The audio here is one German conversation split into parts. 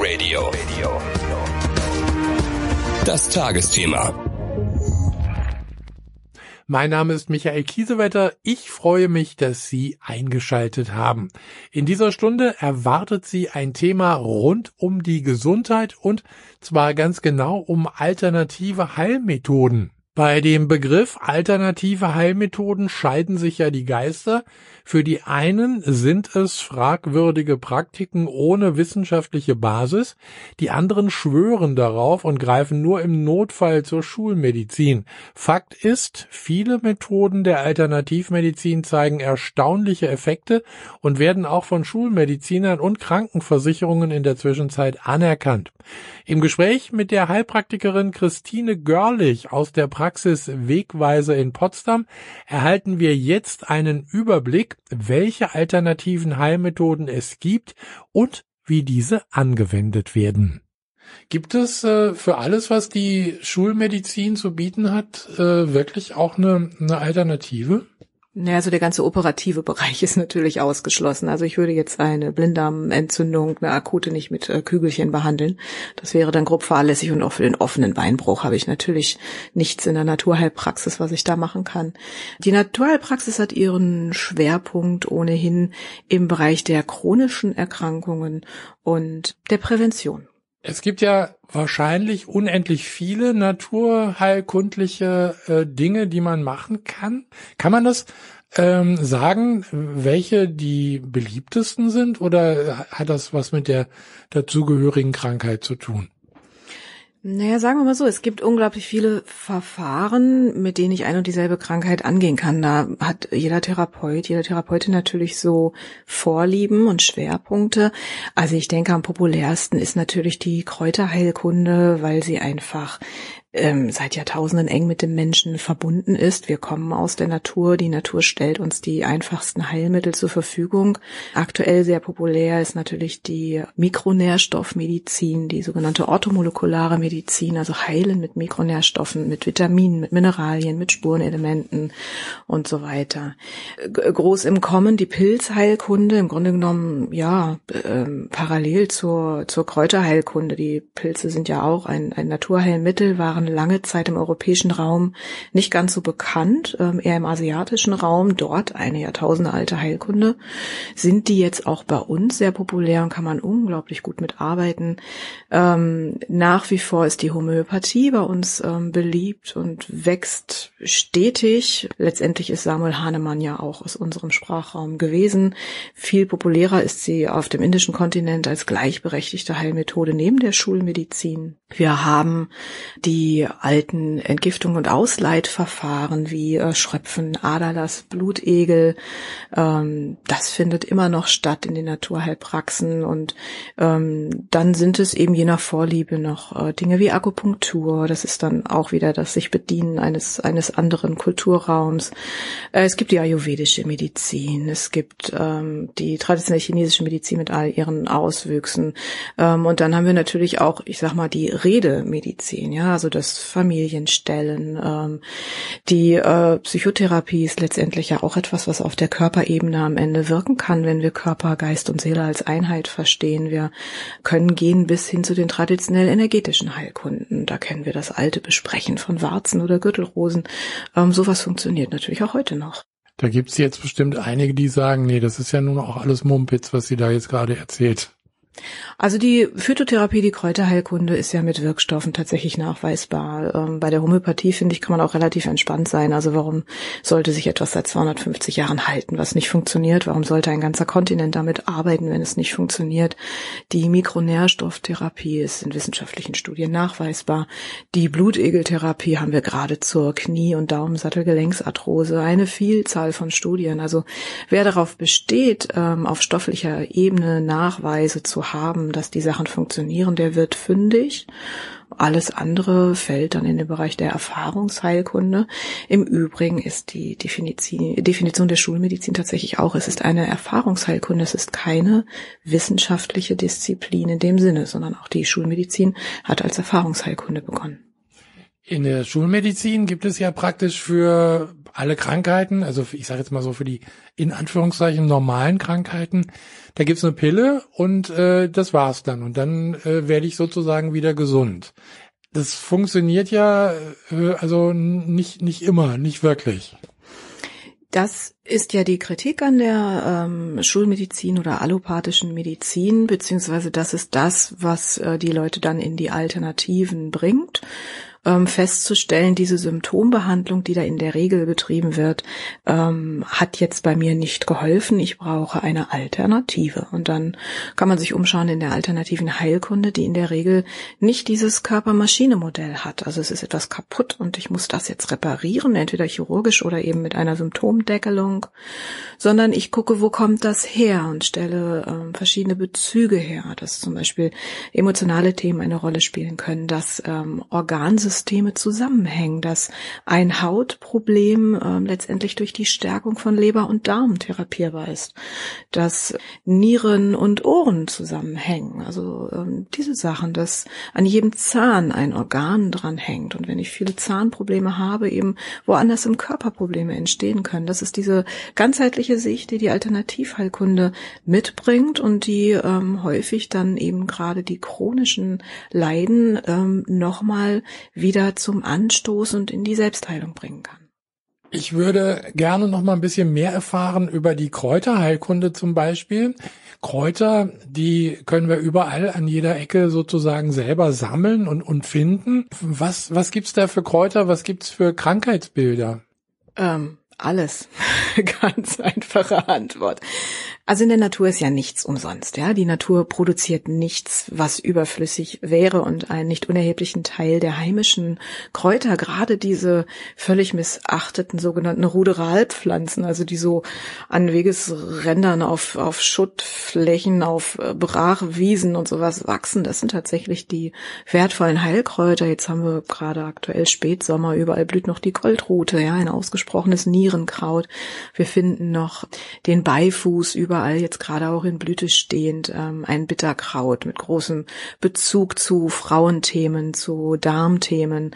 Radio. Das Tagesthema. Mein Name ist Michael Kiesewetter. Ich freue mich, dass Sie eingeschaltet haben. In dieser Stunde erwartet Sie ein Thema rund um die Gesundheit und zwar ganz genau um alternative Heilmethoden. Bei dem Begriff alternative Heilmethoden scheiden sich ja die Geister. Für die einen sind es fragwürdige Praktiken ohne wissenschaftliche Basis, die anderen schwören darauf und greifen nur im Notfall zur Schulmedizin. Fakt ist, viele Methoden der Alternativmedizin zeigen erstaunliche Effekte und werden auch von Schulmedizinern und Krankenversicherungen in der Zwischenzeit anerkannt. Im Gespräch mit der Heilpraktikerin Christine Görlich aus der Praxis Wegweiser in Potsdam erhalten wir jetzt einen Überblick, welche alternativen Heilmethoden es gibt und wie diese angewendet werden. Gibt es für alles, was die Schulmedizin zu bieten hat, wirklich auch eine Alternative? Naja, also der ganze operative Bereich ist natürlich ausgeschlossen. Also ich würde jetzt eine Blinddarmentzündung, eine akute, nicht mit Kügelchen behandeln. Das wäre dann grob fahrlässig und auch für den offenen Beinbruch habe ich natürlich nichts in der Naturheilpraxis, was ich da machen kann. Die Naturheilpraxis hat ihren Schwerpunkt ohnehin im Bereich der chronischen Erkrankungen und der Prävention. Es gibt ja wahrscheinlich unendlich viele naturheilkundliche Dinge, die man machen kann. Kann man das sagen, welche die beliebtesten sind, oder hat das was mit der dazugehörigen Krankheit zu tun? Naja, sagen wir mal so, es gibt unglaublich viele Verfahren, mit denen ich eine und dieselbe Krankheit angehen kann. Da hat jeder Therapeut, jede Therapeutin natürlich so Vorlieben und Schwerpunkte. Also ich denke, am populärsten ist natürlich die Kräuterheilkunde, weil sie einfach seit Jahrtausenden eng mit dem Menschen verbunden ist. Wir kommen aus der Natur, die Natur stellt uns die einfachsten Heilmittel zur Verfügung. Aktuell sehr populär ist natürlich die Mikronährstoffmedizin, die sogenannte orthomolekulare Medizin, also Heilen mit Mikronährstoffen, mit Vitaminen, mit Mineralien, mit Spurenelementen und so weiter. Groß im Kommen die Pilzheilkunde, im Grunde genommen parallel zur Kräuterheilkunde. Die Pilze sind ja auch ein Naturheilmittel, waren lange Zeit im europäischen Raum nicht ganz so bekannt, eher im asiatischen Raum, dort eine jahrtausendealte Heilkunde. Sind die jetzt auch bei uns sehr populär und kann man unglaublich gut mitarbeiten. Nach wie vor ist die Homöopathie bei uns beliebt und wächst stetig. Letztendlich ist Samuel Hahnemann ja auch aus unserem Sprachraum gewesen. Viel populärer ist sie auf dem indischen Kontinent als gleichberechtigte Heilmethode neben der Schulmedizin. Wir haben die alten Entgiftung- und Ausleitverfahren wie Schröpfen, Aderlass, Blutegel. Das findet immer noch statt in den Naturheilpraxen und dann sind es eben je nach Vorliebe noch Dinge wie Akupunktur. Das ist dann auch wieder das sich bedienen eines anderen Kulturraums. Es gibt die ayurvedische Medizin. Es gibt die traditionelle chinesische Medizin mit all ihren Auswüchsen. Und dann haben wir natürlich auch, ich sag mal, die Redemedizin, ja, also das Familienstellen. Die Psychotherapie ist letztendlich ja auch etwas, was auf der Körperebene am Ende wirken kann, wenn wir Körper, Geist und Seele als Einheit verstehen. Wir können gehen bis hin zu den traditionell energetischen Heilkunden. Da kennen wir das alte Besprechen von Warzen oder Gürtelrosen. Sowas funktioniert natürlich auch heute noch. Da gibt's jetzt bestimmt einige, die sagen, nee, das ist ja nun auch alles Mumpitz, was sie da jetzt gerade erzählt. Also die Phytotherapie, die Kräuterheilkunde ist ja mit Wirkstoffen tatsächlich nachweisbar. Bei der Homöopathie, finde ich, kann man auch relativ entspannt sein. Also warum sollte sich etwas seit 250 Jahren halten, was nicht funktioniert? Warum sollte ein ganzer Kontinent damit arbeiten, wenn es nicht funktioniert? Die Mikronährstofftherapie ist in wissenschaftlichen Studien nachweisbar. Die Blutegeltherapie haben wir gerade zur Knie- und Daumensattelgelenksarthrose. Eine Vielzahl von Studien. Also wer darauf besteht, auf stofflicher Ebene Nachweise zu haben, dass die Sachen funktionieren, der wird fündig. Alles andere fällt dann in den Bereich der Erfahrungsheilkunde. Im Übrigen ist die Definition der Schulmedizin tatsächlich auch, es ist eine Erfahrungsheilkunde, es ist keine wissenschaftliche Disziplin in dem Sinne, sondern auch die Schulmedizin hat als Erfahrungsheilkunde begonnen. In der Schulmedizin gibt es ja praktisch für alle Krankheiten, also ich sage jetzt mal so für die in Anführungszeichen normalen Krankheiten, da gibt's eine Pille und das war's dann. Und dann werde ich sozusagen wieder gesund. Das funktioniert ja also nicht immer, nicht wirklich. Das ist ja die Kritik an der Schulmedizin oder allopathischen Medizin, beziehungsweise das ist das, was die Leute dann in die Alternativen bringt. Festzustellen, diese Symptombehandlung, die da in der Regel betrieben wird, hat jetzt bei mir nicht geholfen. Ich brauche eine Alternative. Und dann kann man sich umschauen in der alternativen Heilkunde, die in der Regel nicht dieses Körper-Maschine-Modell hat. Also es ist etwas kaputt und ich muss das jetzt reparieren, entweder chirurgisch oder eben mit einer Symptomdeckelung, sondern ich gucke, wo kommt das her und stelle verschiedene Bezüge her, dass zum Beispiel emotionale Themen eine Rolle spielen können, dass Organsysteme zusammenhängen, dass ein Hautproblem letztendlich durch die Stärkung von Leber und Darm therapierbar ist, dass Nieren und Ohren zusammenhängen, also diese Sachen, dass an jedem Zahn ein Organ dran hängt und wenn ich viele Zahnprobleme habe, eben woanders im Körper Probleme entstehen können. Das ist diese ganzheitliche Sicht, die die Alternativheilkunde mitbringt und die häufig dann eben gerade die chronischen Leiden nochmal wieder zum Anstoß und in die Selbstheilung bringen kann. Ich würde gerne noch mal ein bisschen mehr erfahren über die Kräuterheilkunde zum Beispiel. Kräuter, die können wir überall an jeder Ecke sozusagen selber sammeln und finden. Was gibt's da für Kräuter? Was gibt's für Krankheitsbilder? Alles. Ganz einfache Antwort. Also in der Natur ist ja nichts umsonst, ja. Die Natur produziert nichts, was überflüssig wäre und einen nicht unerheblichen Teil der heimischen Kräuter, gerade diese völlig missachteten sogenannten Ruderalpflanzen, also die so an Wegesrändern auf Schuttflächen, auf Brachwiesen und sowas wachsen, das sind tatsächlich die wertvollen Heilkräuter. Jetzt haben wir gerade aktuell Spätsommer, überall blüht noch die Goldrute, ja, ein ausgesprochenes Nierenkraut. Wir finden noch den Beifuß überall jetzt gerade auch in Blüte stehend, ein Bitterkraut mit großem Bezug zu Frauenthemen, zu Darmthemen.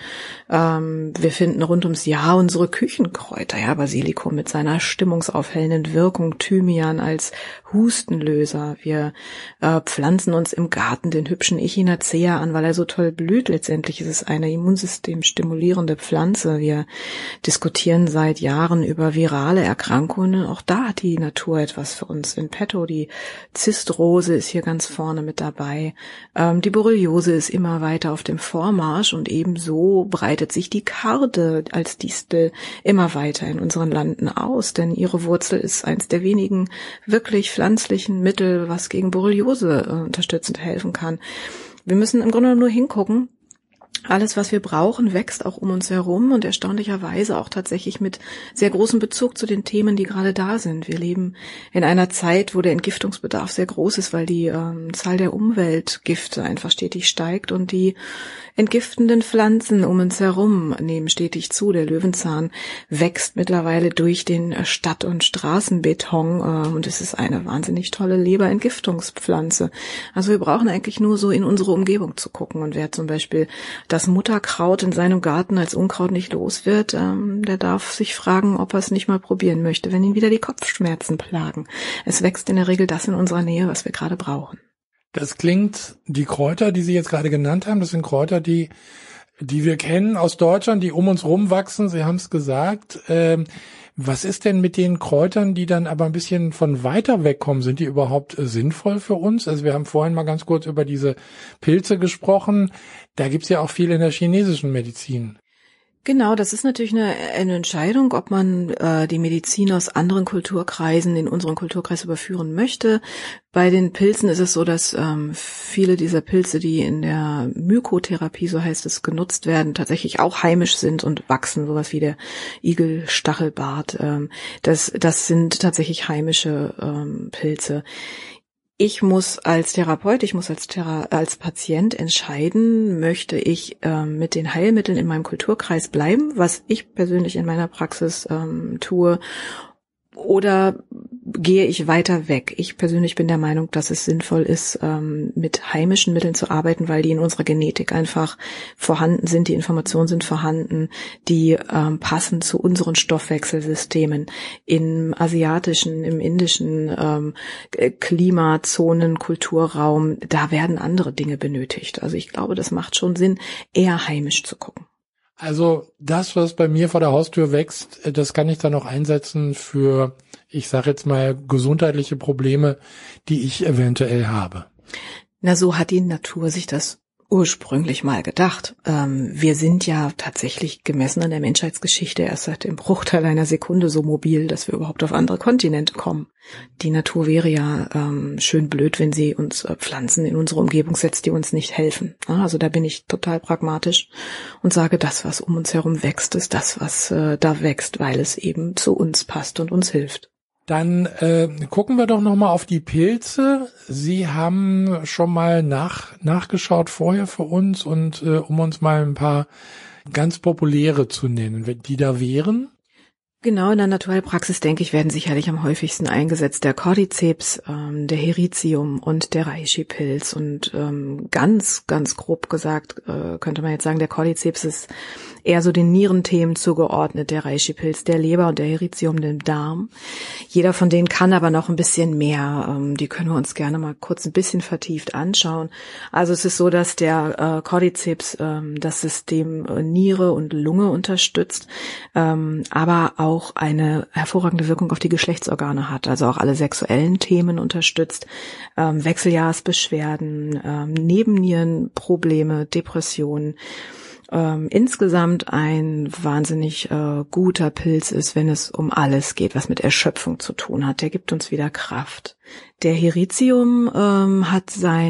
Wir finden rund ums Jahr unsere Küchenkräuter, ja, Basilikum mit seiner stimmungsaufhellenden Wirkung, Thymian als Hustenlöser. Wir pflanzen uns im Garten den hübschen Echinacea an, weil er so toll blüht. Letztendlich ist es eine immunsystemstimulierende Pflanze. Wir diskutieren seit Jahren über virale Erkrankungen. Auch da hat die Natur etwas für uns in petto. Die Zistrose ist hier ganz vorne mit dabei. Die Borreliose ist immer weiter auf dem Vormarsch und ebenso breitet sich die Karde als Distel immer weiter in unseren Landen aus, denn ihre Wurzel ist eins der wenigen wirklich pflanzlichen Mittel, was gegen Borreliose unterstützend helfen kann. Wir müssen im Grunde nur hingucken. Alles, was wir brauchen, wächst auch um uns herum und erstaunlicherweise auch tatsächlich mit sehr großem Bezug zu den Themen, die gerade da sind. Wir leben in einer Zeit, wo der Entgiftungsbedarf sehr groß ist, weil die Zahl der Umweltgifte einfach stetig steigt und die entgiftenden Pflanzen um uns herum nehmen stetig zu. Der Löwenzahn wächst mittlerweile durch den Stadt- und Straßenbeton und es ist eine wahnsinnig tolle Leberentgiftungspflanze. Also wir brauchen eigentlich nur so in unsere Umgebung zu gucken und wer zum Beispiel das Mutterkraut in seinem Garten als Unkraut nicht los wird, der darf sich fragen, ob er es nicht mal probieren möchte, wenn ihn wieder die Kopfschmerzen plagen. Es wächst in der Regel das in unserer Nähe, was wir gerade brauchen. Das klingt, die Kräuter, die Sie jetzt gerade genannt haben, das sind Kräuter, die wir kennen aus Deutschland, die um uns rumwachsen. Sie haben es gesagt. Was ist denn mit den Kräutern, die dann aber ein bisschen von weiter wegkommen? Sind die überhaupt sinnvoll für uns? Also wir haben vorhin mal ganz kurz über diese Pilze gesprochen. Da gibt's ja auch viel in der chinesischen Medizin. Genau, das ist natürlich eine Entscheidung, ob man die Medizin aus anderen Kulturkreisen in unseren Kulturkreis überführen möchte. Bei den Pilzen ist es so, dass viele dieser Pilze, die in der Mykotherapie, so heißt es, genutzt werden, tatsächlich auch heimisch sind und wachsen, sowas wie der Igelstachelbart. Das sind tatsächlich heimische Pilze. Ich muss als Therapeut, als Patient entscheiden, möchte ich mit den Heilmitteln in meinem Kulturkreis bleiben, was ich persönlich in meiner Praxis tue, Oder gehe ich weiter weg? Ich persönlich bin der Meinung, dass es sinnvoll ist, mit heimischen Mitteln zu arbeiten, weil die in unserer Genetik einfach vorhanden sind, die Informationen sind vorhanden, die passen zu unseren Stoffwechselsystemen. Im asiatischen, im indischen Klimazonen, Kulturraum, da werden andere Dinge benötigt. Also ich glaube, das macht schon Sinn, eher heimisch zu gucken. Also das, was bei mir vor der Haustür wächst, das kann ich dann auch einsetzen für, ich sage jetzt mal, gesundheitliche Probleme, die ich eventuell habe. Na, so hat die Natur sich das ursprünglich mal gedacht. Wir sind ja tatsächlich gemessen an der Menschheitsgeschichte erst seit dem Bruchteil einer Sekunde so mobil, dass wir überhaupt auf andere Kontinente kommen. Die Natur wäre ja schön blöd, wenn sie uns Pflanzen in unsere Umgebung setzt, die uns nicht helfen. Also da bin ich total pragmatisch und sage, das, was um uns herum wächst, ist das, was da wächst, weil es eben zu uns passt und uns hilft. Dann gucken wir doch nochmal auf die Pilze. Sie haben schon mal nachgeschaut vorher für uns und um uns mal ein paar ganz populäre zu nennen, die da wären. Genau, in der Naturheilpraxis, denke ich, werden sicherlich am häufigsten eingesetzt der Cordyceps, der Hericium und der Reishi-Pilz. Und ganz grob gesagt könnte man jetzt sagen, der Cordyceps ist eher so den Nierenthemen zugeordnet, der Reishi-Pilz der Leber und der Hericium dem Darm. Jeder von denen kann aber noch ein bisschen mehr. Die können wir uns gerne mal kurz ein bisschen vertieft anschauen. Also es ist so, dass der Cordyceps das System Niere und Lunge unterstützt, aber auch eine hervorragende Wirkung auf die Geschlechtsorgane hat, also auch alle sexuellen Themen unterstützt, Wechseljahrsbeschwerden, Nebennierenprobleme, Depressionen. Insgesamt ein wahnsinnig guter Pilz ist, wenn es um alles geht, was mit Erschöpfung zu tun hat. Der gibt uns wieder Kraft. Der Hericium hat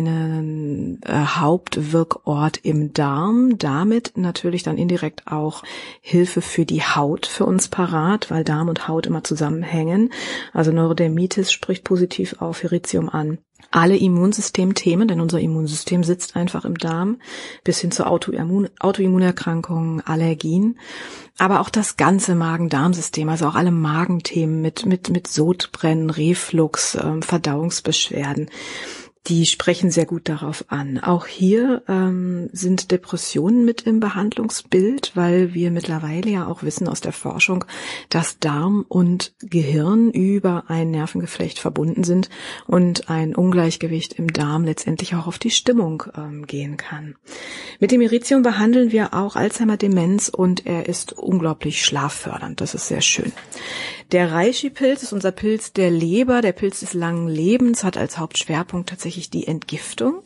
seinen Hauptwirkort im Darm, damit natürlich dann indirekt auch Hilfe für die Haut für uns parat, weil Darm und Haut immer zusammenhängen. Also Neurodermitis spricht positiv auf Hericium an. Alle Immunsystemthemen, denn unser Immunsystem sitzt einfach im Darm, bis hin zu Autoimmunerkrankungen, Allergien, aber auch das ganze Magen-Darm-System, also auch alle Magenthemen mit Sodbrennen, Reflux, Verdauungsbeschwerden, die sprechen sehr gut darauf an. Auch hier sind Depressionen mit im Behandlungsbild, weil wir mittlerweile ja auch wissen aus der Forschung, dass Darm und Gehirn über ein Nervengeflecht verbunden sind und ein Ungleichgewicht im Darm letztendlich auch auf die Stimmung gehen kann. Mit dem Hericium behandeln wir auch Alzheimer-Demenz und er ist unglaublich schlaffördernd. Das ist sehr schön. Der Reishi-Pilz ist unser Pilz der Leber, der Pilz des langen Lebens, hat als Hauptschwerpunkt tatsächlich die Entgiftung,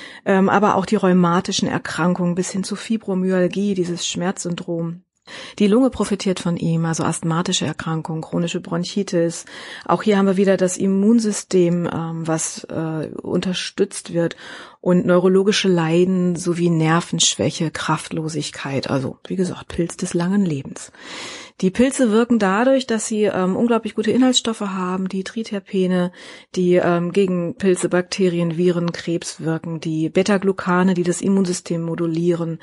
aber auch die rheumatischen Erkrankungen bis hin zu Fibromyalgie, dieses Schmerzsyndrom. Die Lunge profitiert von ihm, also asthmatische Erkrankungen, chronische Bronchitis. Auch hier haben wir wieder das Immunsystem, was unterstützt wird und neurologische Leiden sowie Nervenschwäche, Kraftlosigkeit. Also wie gesagt, Pilz des langen Lebens. Die Pilze wirken dadurch, dass sie unglaublich gute Inhaltsstoffe haben, die Triterpene, die gegen Pilze, Bakterien, Viren, Krebs wirken, die Beta-Glucane, die das Immunsystem modulieren.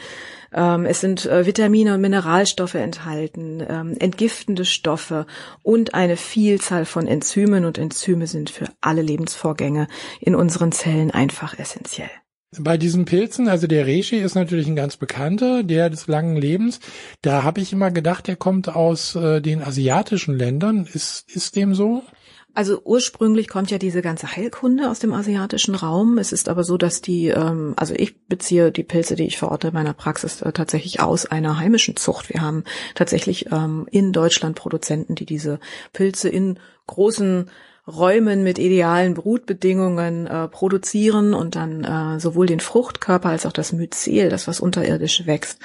Es sind Vitamine und Mineralstoffe enthalten, entgiftende Stoffe und eine Vielzahl von Enzymen. Und Enzyme sind für alle Lebensvorgänge in unseren Zellen einfach essentiell. Bei diesen Pilzen, also der Reishi ist natürlich ein ganz bekannter, der des langen Lebens. Da habe ich immer gedacht, der kommt aus den asiatischen Ländern. Ist dem so? Also ursprünglich kommt ja diese ganze Heilkunde aus dem asiatischen Raum. Es ist aber so, dass also ich beziehe die Pilze, die ich verorte in meiner Praxis, tatsächlich aus einer heimischen Zucht. Wir haben tatsächlich in Deutschland Produzenten, die diese Pilze in großen Räumen mit idealen Brutbedingungen produzieren und dann sowohl den Fruchtkörper als auch das Myzel, das was unterirdisch wächst,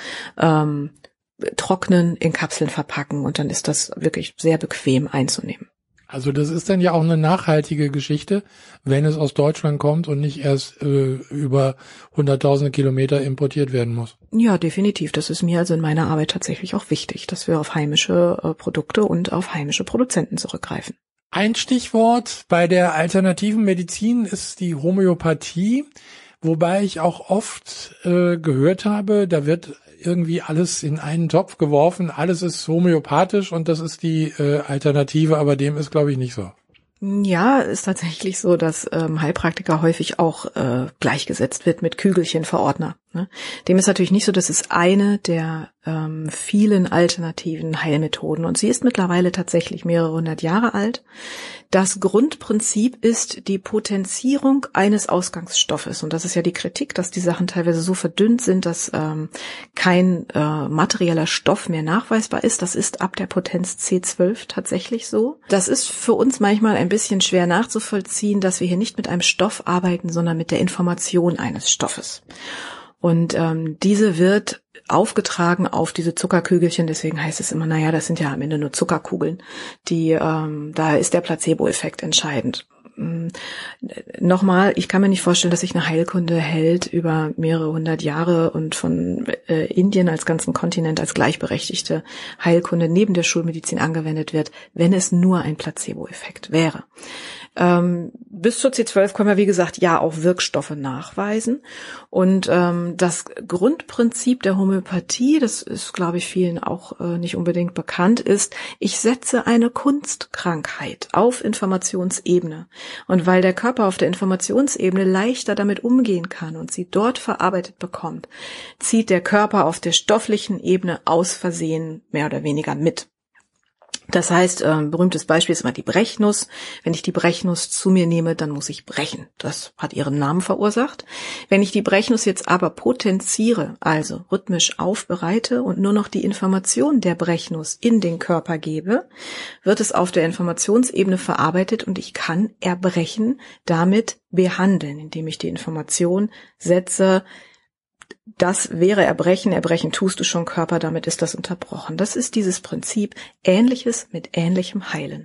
trocknen, in Kapseln verpacken und dann ist das wirklich sehr bequem einzunehmen. Also das ist dann ja auch eine nachhaltige Geschichte, wenn es aus Deutschland kommt und nicht erst über hunderttausende Kilometer importiert werden muss. Ja, definitiv. Das ist mir also in meiner Arbeit tatsächlich auch wichtig, dass wir auf heimische Produkte und auf heimische Produzenten zurückgreifen. Ein Stichwort bei der alternativen Medizin ist die Homöopathie. Wobei ich auch oft gehört habe, da wird irgendwie alles in einen Topf geworfen, alles ist homöopathisch und das ist die Alternative, aber dem ist, glaube ich, nicht so. Ja, ist tatsächlich so, dass Heilpraktiker häufig auch gleichgesetzt wird mit Kügelchenverordner. Ne? Dem ist natürlich nicht so, das ist eine der vielen alternativen Heilmethoden und sie ist mittlerweile tatsächlich mehrere hundert Jahre alt. Das Grundprinzip ist die Potenzierung eines Ausgangsstoffes und das ist ja die Kritik, dass die Sachen teilweise so verdünnt sind, dass kein materieller Stoff mehr nachweisbar ist. Das ist ab der Potenz C12 tatsächlich so. Das ist für uns manchmal ein bisschen schwer nachzuvollziehen, dass wir hier nicht mit einem Stoff arbeiten, sondern mit der Information eines Stoffes. Und diese wird aufgetragen auf diese Zuckerkügelchen, deswegen heißt es immer, naja, das sind ja am Ende nur Zuckerkugeln. Da ist der Placebo-Effekt entscheidend. Nochmal, ich kann mir nicht vorstellen, dass sich eine Heilkunde hält über mehrere hundert Jahre und von Indien als ganzen Kontinent als gleichberechtigte Heilkunde neben der Schulmedizin angewendet wird, wenn es nur ein Placebo-Effekt wäre. Bis zur C12 können wir, wie gesagt, ja auch Wirkstoffe nachweisen. Und das Grundprinzip der Homöopathie, das ist, glaube ich, vielen auch nicht unbedingt bekannt, ist, ich setze eine Kunstkrankheit auf Informationsebene. Und weil der Körper auf der Informationsebene leichter damit umgehen kann und sie dort verarbeitet bekommt, zieht der Körper auf der stofflichen Ebene aus Versehen mehr oder weniger mit. Das heißt, berühmtes Beispiel ist immer die Brechnuss. Wenn ich die Brechnuss zu mir nehme, dann muss ich brechen. Das hat ihren Namen verursacht. Wenn ich die Brechnuss jetzt aber potenziere, also rhythmisch aufbereite und nur noch die Information der Brechnuss in den Körper gebe, wird es auf der Informationsebene verarbeitet und ich kann Erbrechen damit behandeln, indem ich die Information setze. Das wäre Erbrechen. Erbrechen tust du schon, Körper, damit ist das unterbrochen. Das ist dieses Prinzip, Ähnliches mit Ähnlichem heilen.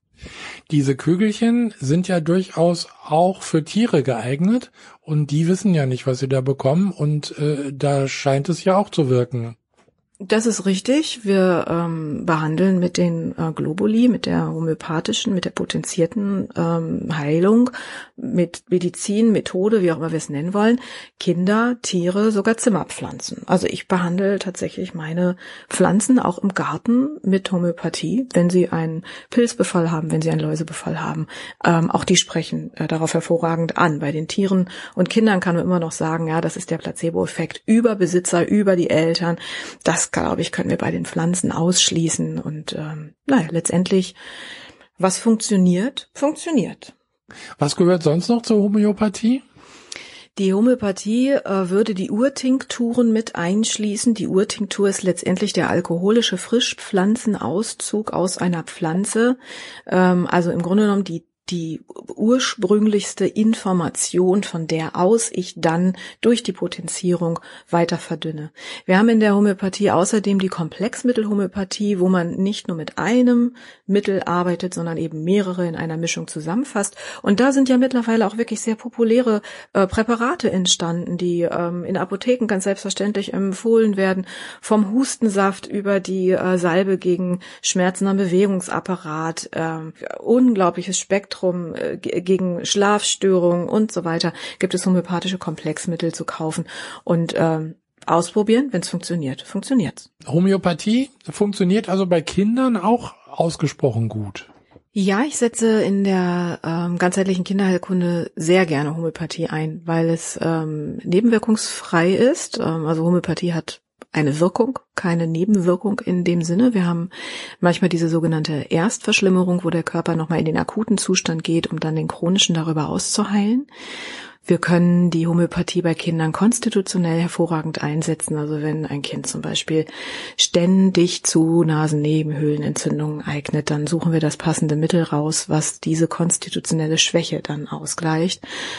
Diese Kügelchen sind ja durchaus auch für Tiere geeignet und die wissen ja nicht, was sie da bekommen und da scheint es ja auch zu wirken. Das ist richtig. Wir behandeln mit den Globuli, mit der homöopathischen, mit der potenzierten Heilung, mit Medizin, Methode, wie auch immer wir es nennen wollen, Kinder, Tiere, sogar Zimmerpflanzen. Also ich behandle tatsächlich meine Pflanzen auch im Garten mit Homöopathie, wenn sie einen Pilzbefall haben, wenn sie einen Läusebefall haben. Auch die sprechen darauf hervorragend an. Bei den Tieren und Kindern kann man immer noch sagen, ja, das ist der Placebo-Effekt über Besitzer, über die Eltern. Das, glaube ich, können wir bei den Pflanzen ausschließen. Und letztendlich, was funktioniert, funktioniert. Was gehört sonst noch zur Homöopathie? Die Homöopathie würde die Urtinkturen mit einschließen. Die Urtinktur ist letztendlich der alkoholische Frischpflanzenauszug aus einer Pflanze. Also im Grunde genommen die ursprünglichste Information, von der aus ich dann durch die Potenzierung weiter verdünne. Wir haben in der Homöopathie außerdem die Komplexmittelhomöopathie, wo man nicht nur mit einem Mittel arbeitet, sondern eben mehrere in einer Mischung zusammenfasst. Und da sind ja mittlerweile auch wirklich sehr populäre Präparate entstanden, die in Apotheken ganz selbstverständlich empfohlen werden, vom Hustensaft über die Salbe gegen Schmerzen am Bewegungsapparat, unglaubliches Spektrum gegen Schlafstörungen und so weiter, gibt es homöopathische Komplexmittel zu kaufen und ausprobieren, wenn es funktioniert. Funktioniert's. Homöopathie funktioniert also bei Kindern auch ausgesprochen gut. Ja, ich setze in der ganzheitlichen Kinderheilkunde sehr gerne Homöopathie ein, weil es nebenwirkungsfrei ist. Also Homöopathie hat eine Wirkung, keine Nebenwirkung in dem Sinne. Wir haben manchmal diese sogenannte Erstverschlimmerung, wo der Körper nochmal in den akuten Zustand geht, um dann den chronischen darüber auszuheilen. Wir können die Homöopathie bei Kindern konstitutionell hervorragend einsetzen. Also wenn ein Kind zum Beispiel ständig zu Nasennebenhöhlenentzündungen eignet, dann suchen wir das passende Mittel raus, was diese konstitutionelle Schwäche dann ausgleicht.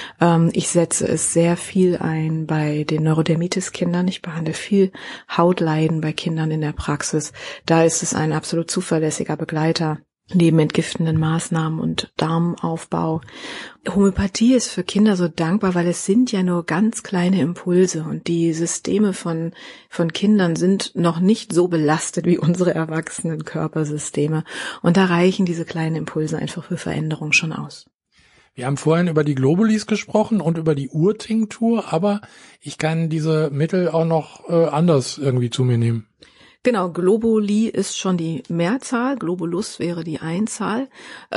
Ich setze es sehr viel ein bei den Neurodermitis-Kindern. Ich behandle viel Hautleiden bei Kindern in der Praxis. Da ist es ein absolut zuverlässiger Begleiter. Neben entgiftenden Maßnahmen und Darmaufbau. Homöopathie ist für Kinder so dankbar, weil es sind ja nur ganz kleine Impulse und die Systeme von Kindern sind noch nicht so belastet wie unsere erwachsenen Körpersysteme. Und da reichen diese kleinen Impulse einfach für Veränderung schon aus. Wir haben vorhin über die Globulis gesprochen und über die Urtinktur, aber ich kann diese Mittel auch noch anders irgendwie zu mir nehmen. Genau, Globuli ist schon die Mehrzahl, Globulus wäre die Einzahl.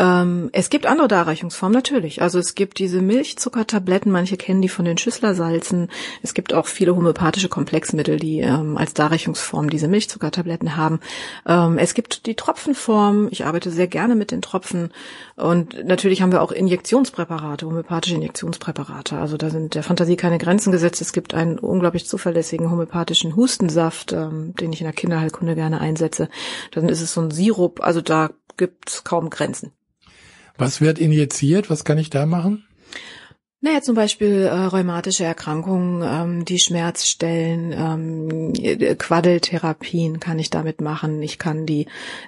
Es gibt andere Darreichungsformen, natürlich. Also es gibt diese Milchzuckertabletten, manche kennen die von den Schüsslersalzen. Es gibt auch viele homöopathische Komplexmittel, die als Darreichungsform diese Milchzuckertabletten haben. Es gibt die Tropfenform, ich arbeite sehr gerne mit den Tropfen. Und natürlich haben wir auch Injektionspräparate, homöopathische Injektionspräparate. Also da sind der Fantasie keine Grenzen gesetzt. Es gibt einen unglaublich zuverlässigen homöopathischen Hustensaft, den ich in der Kinderheilkunde gerne einsetze. Dann ist es so ein Sirup, also da gibt's kaum Grenzen. Was wird injiziert? Was kann ich da machen? Naja, zum Beispiel rheumatische Erkrankungen, die Schmerzstellen, Quaddeltherapien kann ich damit machen. Ich kann die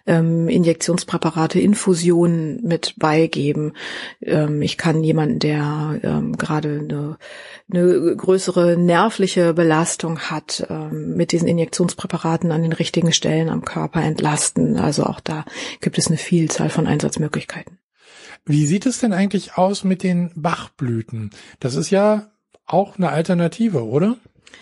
Injektionspräparate, Infusionen mit beigeben. Ich kann jemanden, der gerade eine größere nervliche Belastung hat, mit diesen Injektionspräparaten an den richtigen Stellen am Körper entlasten. Also auch da gibt es eine Vielzahl von Einsatzmöglichkeiten. Wie sieht es denn eigentlich aus mit den Bachblüten? Das ist ja auch eine Alternative, oder?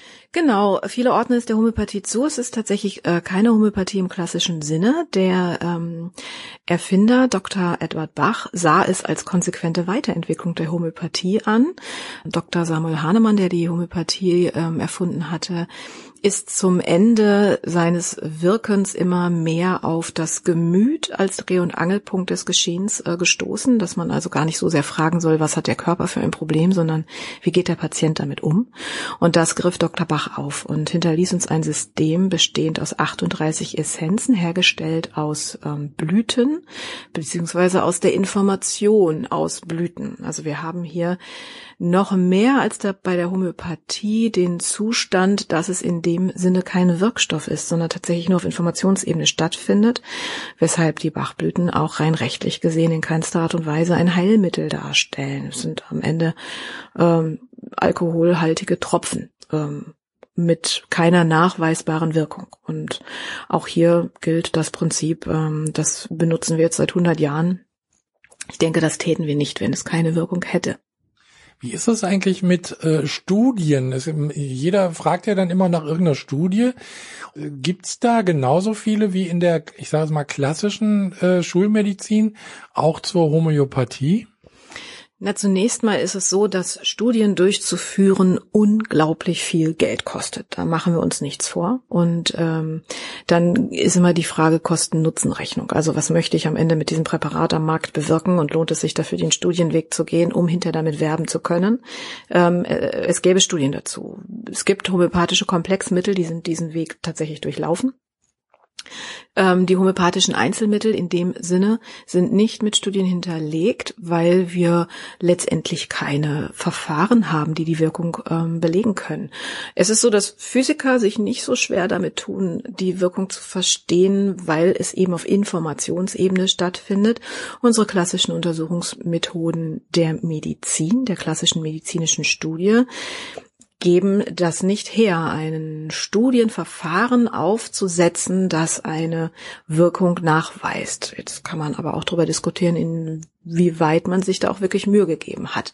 Genau, viele ordnen es der Homöopathie zu. Es ist tatsächlich keine Homöopathie im klassischen Sinne. Der Erfinder, Dr. Edward Bach, sah es als konsequente Weiterentwicklung der Homöopathie an. Dr. Samuel Hahnemann, der die Homöopathie erfunden hatte, ist zum Ende seines Wirkens immer mehr auf das Gemüt als Dreh- und Angelpunkt des Geschehens gestoßen, dass man also gar nicht so sehr fragen soll, was hat der Körper für ein Problem, sondern wie geht der Patient damit um? Und das griff Dr. Bach auf und hinterließ uns ein System bestehend aus 38 Essenzen, hergestellt aus Blüten, beziehungsweise aus der Information aus Blüten. Also wir haben hier noch mehr als bei der Homöopathie den Zustand, dass es in dem Sinne kein Wirkstoff ist, sondern tatsächlich nur auf Informationsebene stattfindet, weshalb die Bachblüten auch rein rechtlich gesehen in keinster Art und Weise ein Heilmittel darstellen. Es sind am Ende alkoholhaltige Tropfen mit keiner nachweisbaren Wirkung. Und auch hier gilt das Prinzip, das benutzen wir jetzt seit 100 Jahren. Ich denke, das täten wir nicht, wenn es keine Wirkung hätte. Wie ist das eigentlich mit Studien? Jeder fragt ja dann immer nach irgendeiner Studie. Gibt's da genauso viele wie in der, ich sage es mal, klassischen Schulmedizin, auch zur Homöopathie? Na, zunächst mal ist es so, dass Studien durchzuführen unglaublich viel Geld kostet. Da machen wir uns nichts vor. Und dann ist immer die Frage Kosten-Nutzen-Rechnung. Also was möchte ich am Ende mit diesem Präparat am Markt bewirken und lohnt es sich dafür, den Studienweg zu gehen, um hinterher damit werben zu können? Es gäbe Studien dazu. Es gibt homöopathische Komplexmittel, die sind diesen Weg tatsächlich durchlaufen. Die homöopathischen Einzelmittel in dem Sinne sind nicht mit Studien hinterlegt, weil wir letztendlich keine Verfahren haben, die die Wirkung belegen können. Es ist so, dass Physiker sich nicht so schwer damit tun, die Wirkung zu verstehen, weil es eben auf Informationsebene stattfindet. Unsere klassischen Untersuchungsmethoden der Medizin, der klassischen medizinischen Studie, geben das nicht her, ein Studienverfahren aufzusetzen, das eine Wirkung nachweist. Jetzt kann man aber auch darüber diskutieren, inwieweit man sich da auch wirklich Mühe gegeben hat.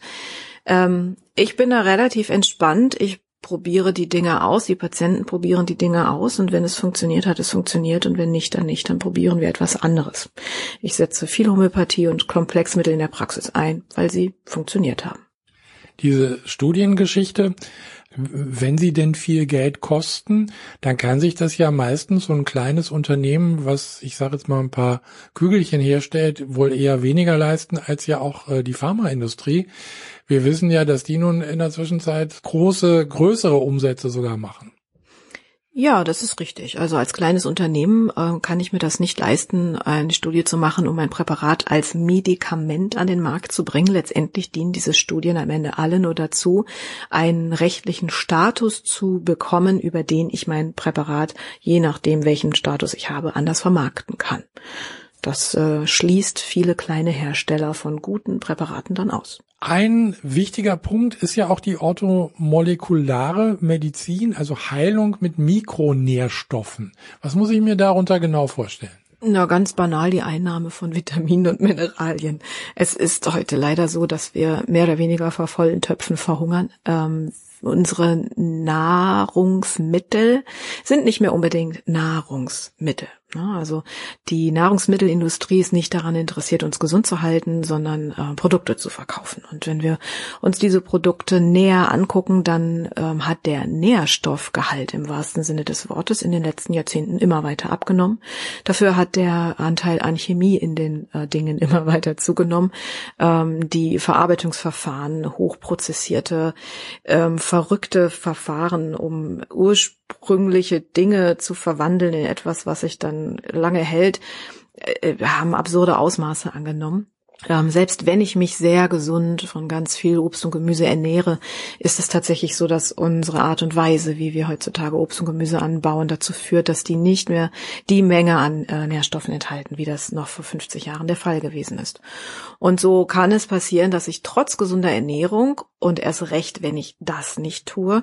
Ich bin da relativ entspannt. Ich probiere die Dinge aus, die Patienten probieren die Dinge aus und wenn es funktioniert, hat es funktioniert und wenn nicht, dann nicht, dann probieren wir etwas anderes. Ich setze viel Homöopathie und Komplexmittel in der Praxis ein, weil sie funktioniert haben. Diese Studiengeschichte, wenn sie denn viel Geld kosten, dann kann sich das ja meistens so ein kleines Unternehmen, was, ich sage jetzt mal, ein paar Kügelchen herstellt, wohl eher weniger leisten als ja auch die Pharmaindustrie. Wir wissen ja, dass die nun in der Zwischenzeit größere Umsätze sogar machen. Ja, das ist richtig. Also als kleines Unternehmen kann ich mir das nicht leisten, eine Studie zu machen, um ein Präparat als Medikament an den Markt zu bringen. Letztendlich dienen diese Studien am Ende alle nur dazu, einen rechtlichen Status zu bekommen, über den ich mein Präparat, je nachdem welchen Status ich habe, anders vermarkten kann. Das schließt viele kleine Hersteller von guten Präparaten dann aus. Ein wichtiger Punkt ist ja auch die orthomolekulare Medizin, also Heilung mit Mikronährstoffen. Was muss ich mir darunter genau vorstellen? Na, ganz banal die Einnahme von Vitaminen und Mineralien. Es ist heute leider so, dass wir mehr oder weniger vor vollen Töpfen verhungern. Unsere Nahrungsmittel sind nicht mehr unbedingt Nahrungsmittel. Also die Nahrungsmittelindustrie ist nicht daran interessiert, uns gesund zu halten, sondern Produkte zu verkaufen. Und wenn wir uns diese Produkte näher angucken, dann hat der Nährstoffgehalt im wahrsten Sinne des Wortes in den letzten Jahrzehnten immer weiter abgenommen. Dafür hat der Anteil an Chemie in den Dingen immer weiter zugenommen. Die Verarbeitungsverfahren, hochprozessierte, verrückte Verfahren, um ursprüngliche Dinge zu verwandeln in etwas, was sich dann lange hält, haben absurde Ausmaße angenommen. Selbst wenn ich mich sehr gesund von ganz viel Obst und Gemüse ernähre, ist es tatsächlich so, dass unsere Art und Weise, wie wir heutzutage Obst und Gemüse anbauen, dazu führt, dass die nicht mehr die Menge an Nährstoffen enthalten, wie das noch vor 50 Jahren der Fall gewesen ist. Und so kann es passieren, dass ich trotz gesunder Ernährung und erst recht, wenn ich das nicht tue,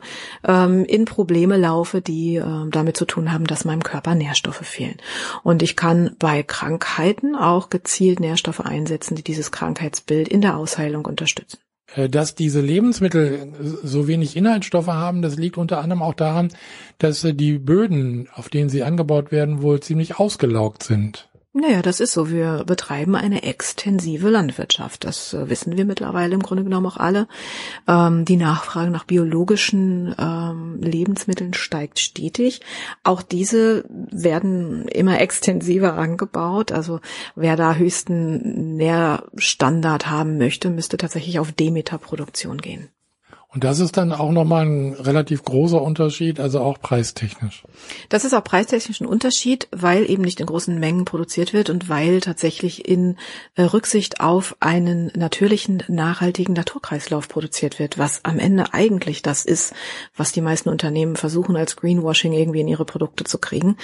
in Probleme laufe, die damit zu tun haben, dass meinem Körper Nährstoffe fehlen. Und ich kann bei Krankheiten auch gezielt Nährstoffe einsetzen, die dieses Krankheitsbild in der Ausheilung unterstützen. Dass diese Lebensmittel so wenig Inhaltsstoffe haben, das liegt unter anderem auch daran, dass die Böden, auf denen sie angebaut werden, wohl ziemlich ausgelaugt sind. Naja, das ist so. Wir betreiben eine extensive Landwirtschaft. Das wissen wir mittlerweile im Grunde genommen auch alle. Die Nachfrage nach biologischen Lebensmitteln steigt stetig. Auch diese werden immer extensiver angebaut. Also wer da höchsten Nährstandard haben möchte, müsste tatsächlich auf Demeter-Produktion gehen. Und das ist dann auch nochmal ein relativ großer Unterschied, also auch preistechnisch. Das ist auch preistechnisch ein Unterschied, weil eben nicht in großen Mengen produziert wird und weil tatsächlich in Rücksicht auf einen natürlichen, nachhaltigen Naturkreislauf produziert wird, was am Ende eigentlich das ist, was die meisten Unternehmen versuchen als Greenwashing irgendwie in ihre Produkte zu kriegen.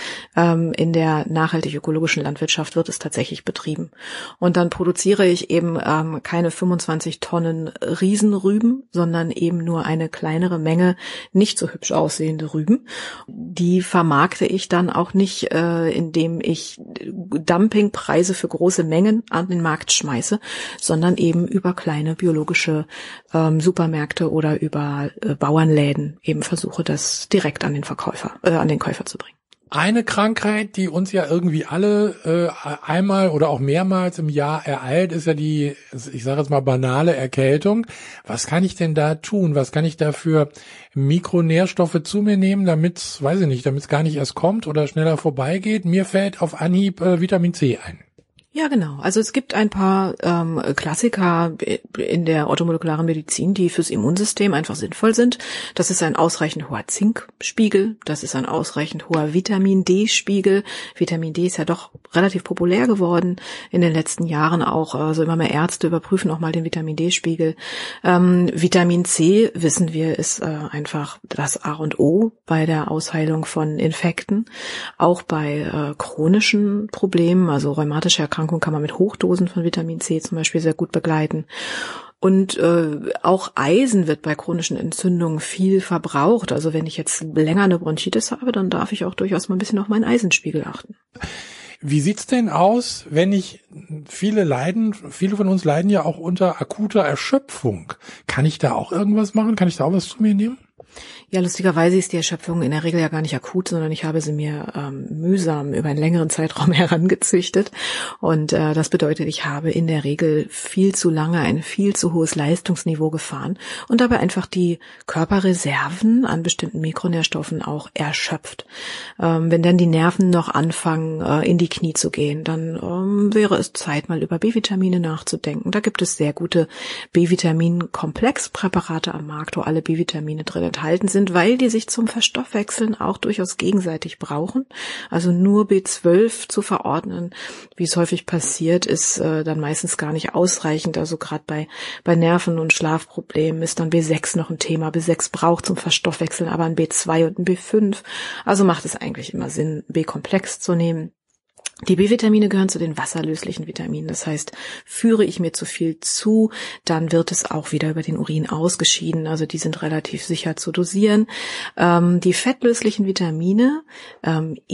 In der nachhaltig-ökologischen Landwirtschaft wird es tatsächlich betrieben. Und dann produziere ich eben keine 25 Tonnen Riesenrüben, sondern eben nur eine kleinere Menge nicht so hübsch aussehende Rüben. Die vermarkte ich dann auch nicht, indem ich Dumpingpreise für große Mengen an den Markt schmeiße, sondern eben über kleine biologische Supermärkte oder über Bauernläden eben versuche, das direkt an den Käufer zu bringen. Eine Krankheit, die uns ja irgendwie alle einmal oder auch mehrmals im Jahr ereilt, ist ja die, ich sage jetzt mal, banale Erkältung. Was kann ich denn da tun? Was kann ich da für Mikronährstoffe zu mir nehmen, damit es gar nicht erst kommt oder schneller vorbeigeht? Mir fällt auf Anhieb Vitamin C ein. Ja, genau. Also es gibt ein paar Klassiker in der orthomolekularen Medizin, die fürs Immunsystem einfach sinnvoll sind. Das ist ein ausreichend hoher Zinkspiegel, das ist ein ausreichend hoher Vitamin-D-Spiegel. Vitamin D ist ja doch relativ populär geworden in den letzten Jahren auch. Also immer mehr Ärzte überprüfen auch mal den Vitamin-D-Spiegel. Vitamin C, wissen wir, ist einfach das A und O bei der Ausheilung von Infekten. Auch bei chronischen Problemen, also rheumatische Erkrankungen, kann man mit Hochdosen von Vitamin C zum Beispiel sehr gut begleiten. Und auch Eisen wird bei chronischen Entzündungen viel verbraucht. Also wenn ich jetzt länger eine Bronchitis habe, dann darf ich auch durchaus mal ein bisschen auf meinen Eisenspiegel achten. Wie sieht's denn aus, wenn viele von uns leiden ja auch unter akuter Erschöpfung. Kann ich da auch irgendwas machen? Kann ich da auch was zu mir nehmen? Ja, lustigerweise ist die Erschöpfung in der Regel ja gar nicht akut, sondern ich habe sie mir mühsam über einen längeren Zeitraum herangezüchtet. Und das bedeutet, ich habe in der Regel viel zu lange ein viel zu hohes Leistungsniveau gefahren und dabei einfach die Körperreserven an bestimmten Mikronährstoffen auch erschöpft. Wenn dann die Nerven noch anfangen, in die Knie zu gehen, dann wäre es Zeit, mal über B-Vitamine nachzudenken. Da gibt es sehr gute B-Vitamin-Komplexpräparate am Markt, wo alle B-Vitamine drin enthalten sind, weil die sich zum Verstoffwechseln auch durchaus gegenseitig brauchen. Also nur B12 zu verordnen, wie es häufig passiert, ist dann meistens gar nicht ausreichend. Also gerade bei Nerven- und Schlafproblemen ist dann B6 noch ein Thema. B6 braucht zum Verstoffwechseln aber ein B2 und ein B5. Also macht es eigentlich immer Sinn, B-Komplex zu nehmen. Die B-Vitamine gehören zu den wasserlöslichen Vitaminen. Das heißt, führe ich mir zu viel zu, dann wird es auch wieder über den Urin ausgeschieden. Also die sind relativ sicher zu dosieren. Die fettlöslichen Vitamine, E,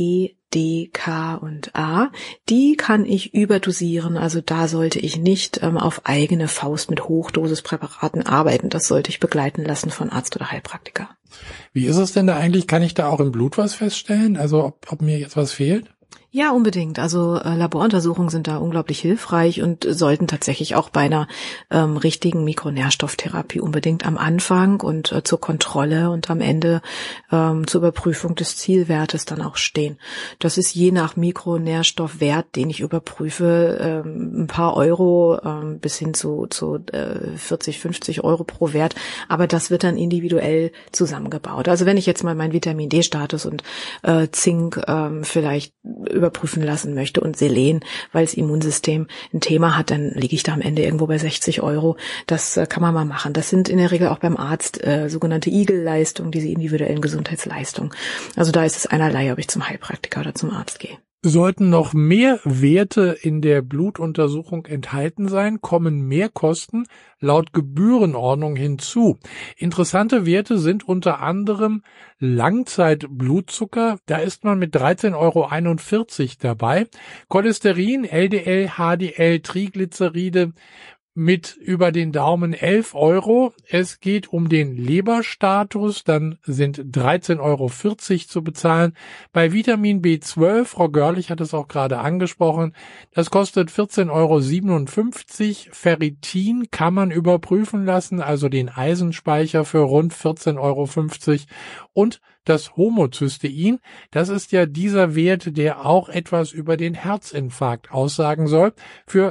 D, K und A, die kann ich überdosieren. Also da sollte ich nicht auf eigene Faust mit Hochdosispräparaten arbeiten. Das sollte ich begleiten lassen von Arzt oder Heilpraktiker. Wie ist es denn da eigentlich? Kann ich da auch im Blut was feststellen? Also ob mir jetzt was fehlt? Ja, unbedingt. Also Laboruntersuchungen sind da unglaublich hilfreich und sollten tatsächlich auch bei einer richtigen Mikronährstofftherapie unbedingt am Anfang und zur Kontrolle und am Ende zur Überprüfung des Zielwertes dann auch stehen. Das ist je nach Mikronährstoffwert, den ich überprüfe, ein paar Euro bis hin zu 40, 50 Euro pro Wert. Aber das wird dann individuell zusammengebaut. Also wenn ich jetzt mal meinen Vitamin-D-Status und Zink vielleicht überprüfen lassen möchte und Selen, weil das Immunsystem ein Thema hat, dann liege ich da am Ende irgendwo bei 60 Euro. Das kann man mal machen. Das sind in der Regel auch beim Arzt sogenannte Igel-Leistungen, diese individuellen Gesundheitsleistungen. Also da ist es einerlei, ob ich zum Heilpraktiker oder zum Arzt gehe. Sollten noch mehr Werte in der Blutuntersuchung enthalten sein, kommen mehr Kosten laut Gebührenordnung hinzu. Interessante Werte sind unter anderem Langzeitblutzucker, da ist man mit 13,41 € dabei, Cholesterin, LDL, HDL, Triglyceride mit über den Daumen 11 €. Es geht um den Leberstatus, dann sind 13,40 € zu bezahlen. Bei Vitamin B12, Frau Görlich hat es auch gerade angesprochen, das kostet 14,57 €. Ferritin kann man überprüfen lassen, also den Eisenspeicher für rund 14,50 € und das Homozystein, das ist ja dieser Wert, der auch etwas über den Herzinfarkt aussagen soll. Für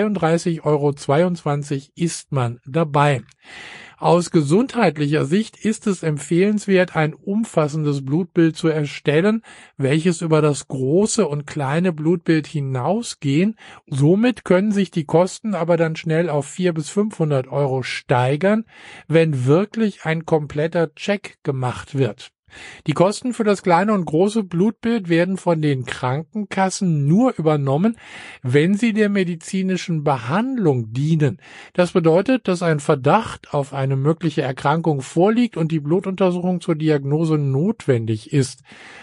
33,22 € ist man dabei. Aus gesundheitlicher Sicht ist es empfehlenswert, ein umfassendes Blutbild zu erstellen, welches über das große und kleine Blutbild hinausgehen. Somit können sich die Kosten aber dann schnell auf 400 bis 500 € steigern, wenn wirklich ein kompletter Check gemacht wird. Die Kosten für das kleine und große Blutbild werden von den Krankenkassen nur übernommen, wenn sie der medizinischen Behandlung dienen. Das bedeutet, dass ein Verdacht auf eine mögliche Erkrankung vorliegt und die Blutuntersuchung zur Diagnose notwendig ist.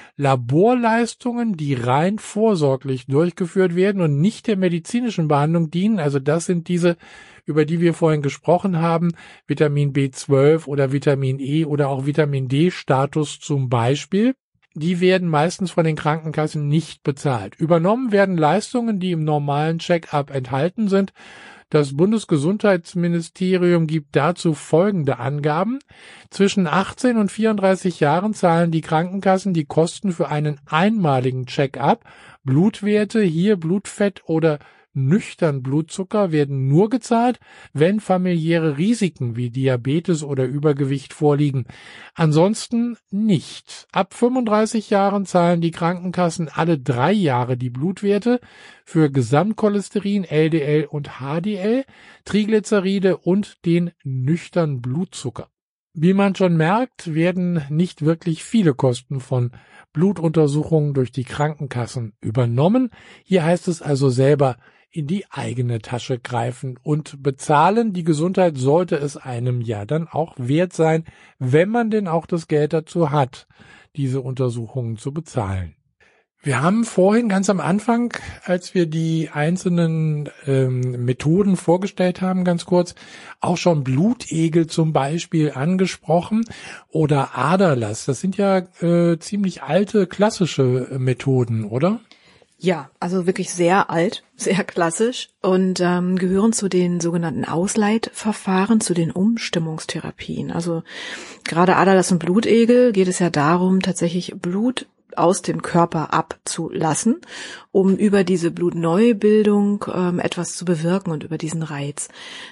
Laborleistungen, die rein vorsorglich durchgeführt werden und nicht der medizinischen Behandlung dienen, also das sind diese, über die wir vorhin gesprochen haben, Vitamin B12 oder Vitamin E oder auch Vitamin D-Status zum Beispiel, die werden meistens von den Krankenkassen nicht bezahlt. Übernommen werden Leistungen, die im normalen Check-up enthalten sind. Das Bundesgesundheitsministerium gibt dazu folgende Angaben. Zwischen 18 und 34 Jahren zahlen die Krankenkassen die Kosten für einen einmaligen Check-up. Blutwerte, hier Blutfett oder nüchtern Blutzucker werden nur gezahlt, wenn familiäre Risiken wie Diabetes oder Übergewicht vorliegen. Ansonsten nicht. Ab 35 Jahren zahlen die Krankenkassen alle 3 Jahre die Blutwerte für Gesamtcholesterin, LDL und HDL, Triglyceride und den nüchtern Blutzucker. Wie man schon merkt, werden nicht wirklich viele Kosten von Blutuntersuchungen durch die Krankenkassen übernommen. Hier heißt es also selber in die eigene Tasche greifen und bezahlen. Die Gesundheit sollte es einem ja dann auch wert sein, wenn man denn auch das Geld dazu hat, diese Untersuchungen zu bezahlen. Wir haben vorhin ganz am Anfang, als wir die einzelnen Methoden vorgestellt haben, ganz kurz, auch schon Blutegel zum Beispiel angesprochen oder Aderlass. Das sind ja ziemlich alte, klassische Methoden, oder? Ja, also wirklich sehr alt, sehr klassisch und gehören zu den sogenannten Ausleitverfahren, zu den Umstimmungstherapien. Also gerade Aderlass und Blutegel geht es ja darum, tatsächlich Blut aus dem Körper abzulassen, um über diese Blutneubildung etwas zu bewirken und über diesen Reiz.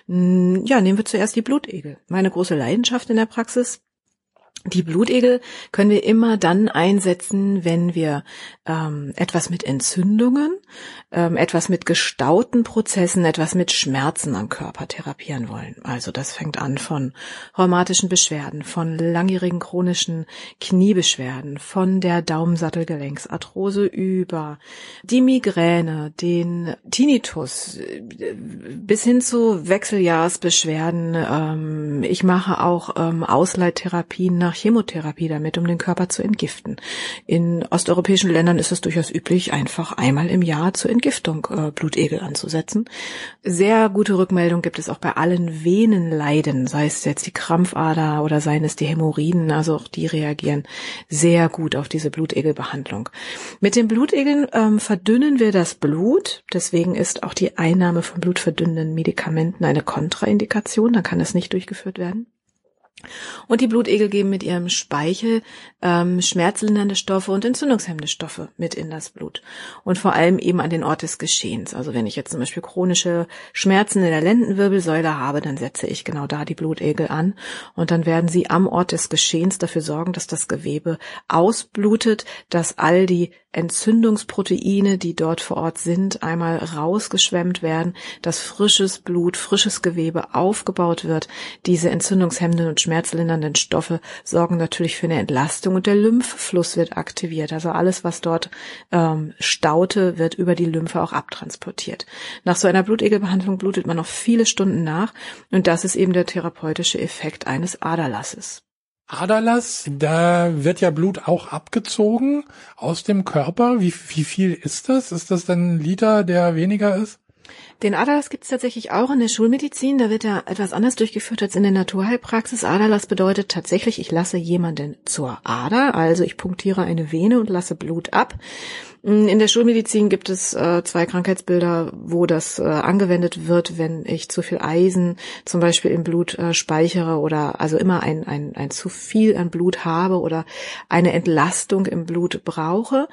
Ja, nehmen wir zuerst die Blutegel. Meine große Leidenschaft in der Praxis. Die Blutegel können wir immer dann einsetzen, wenn wir etwas mit Entzündungen, etwas mit gestauten Prozessen, etwas mit Schmerzen am Körper therapieren wollen. Also das fängt an von rheumatischen Beschwerden, von langjährigen chronischen Kniebeschwerden, von der Daumensattelgelenksarthrose über die Migräne, den Tinnitus bis hin zu Wechseljahrsbeschwerden. Ich mache auch Ausleittherapien nach nach Chemotherapie damit, um den Körper zu entgiften. In osteuropäischen Ländern ist es durchaus üblich, einfach einmal im Jahr zur Entgiftung Blutegel anzusetzen. Sehr gute Rückmeldung gibt es auch bei allen Venenleiden, sei es jetzt die Krampfader oder seien es die Hämorrhoiden, also auch die reagieren sehr gut auf diese Blutegelbehandlung. Mit den Blutegeln verdünnen wir das Blut, deswegen ist auch die Einnahme von blutverdünnenden Medikamenten eine Kontraindikation, dann kann es nicht durchgeführt werden. Und die Blutegel geben mit ihrem Speichel schmerzlindernde Stoffe und entzündungshemmende Stoffe mit in das Blut. Und vor allem eben an den Ort des Geschehens. Also wenn ich jetzt zum Beispiel chronische Schmerzen in der Lendenwirbelsäule habe, dann setze ich genau da die Blutegel an. Und dann werden sie am Ort des Geschehens dafür sorgen, dass das Gewebe ausblutet, dass all die Entzündungsproteine, die dort vor Ort sind, einmal rausgeschwemmt werden, dass frisches Blut, frisches Gewebe aufgebaut wird. Diese entzündungshemmenden und schmerzlindernden Stoffe sorgen natürlich für eine Entlastung und der Lymphfluss wird aktiviert. Also alles, was dort staute, wird über die Lymphe auch abtransportiert. Nach so einer Blutegelbehandlung blutet man noch viele Stunden nach und das ist eben der therapeutische Effekt eines Aderlasses. Aderlass, da wird ja Blut auch abgezogen aus dem Körper. Wie viel ist das? Ist das dann ein Liter, der weniger ist? Den Aderlass gibt es tatsächlich auch in der Schulmedizin. Da wird er etwas anders durchgeführt als in der Naturheilpraxis. Aderlass bedeutet tatsächlich, ich lasse jemanden zur Ader, also ich punktiere eine Vene und lasse Blut ab. In der Schulmedizin gibt es 2 Krankheitsbilder, wo das angewendet wird, wenn ich zu viel Eisen zum Beispiel im Blut speichere oder also immer ein zu viel an Blut habe oder eine Entlastung im Blut brauche.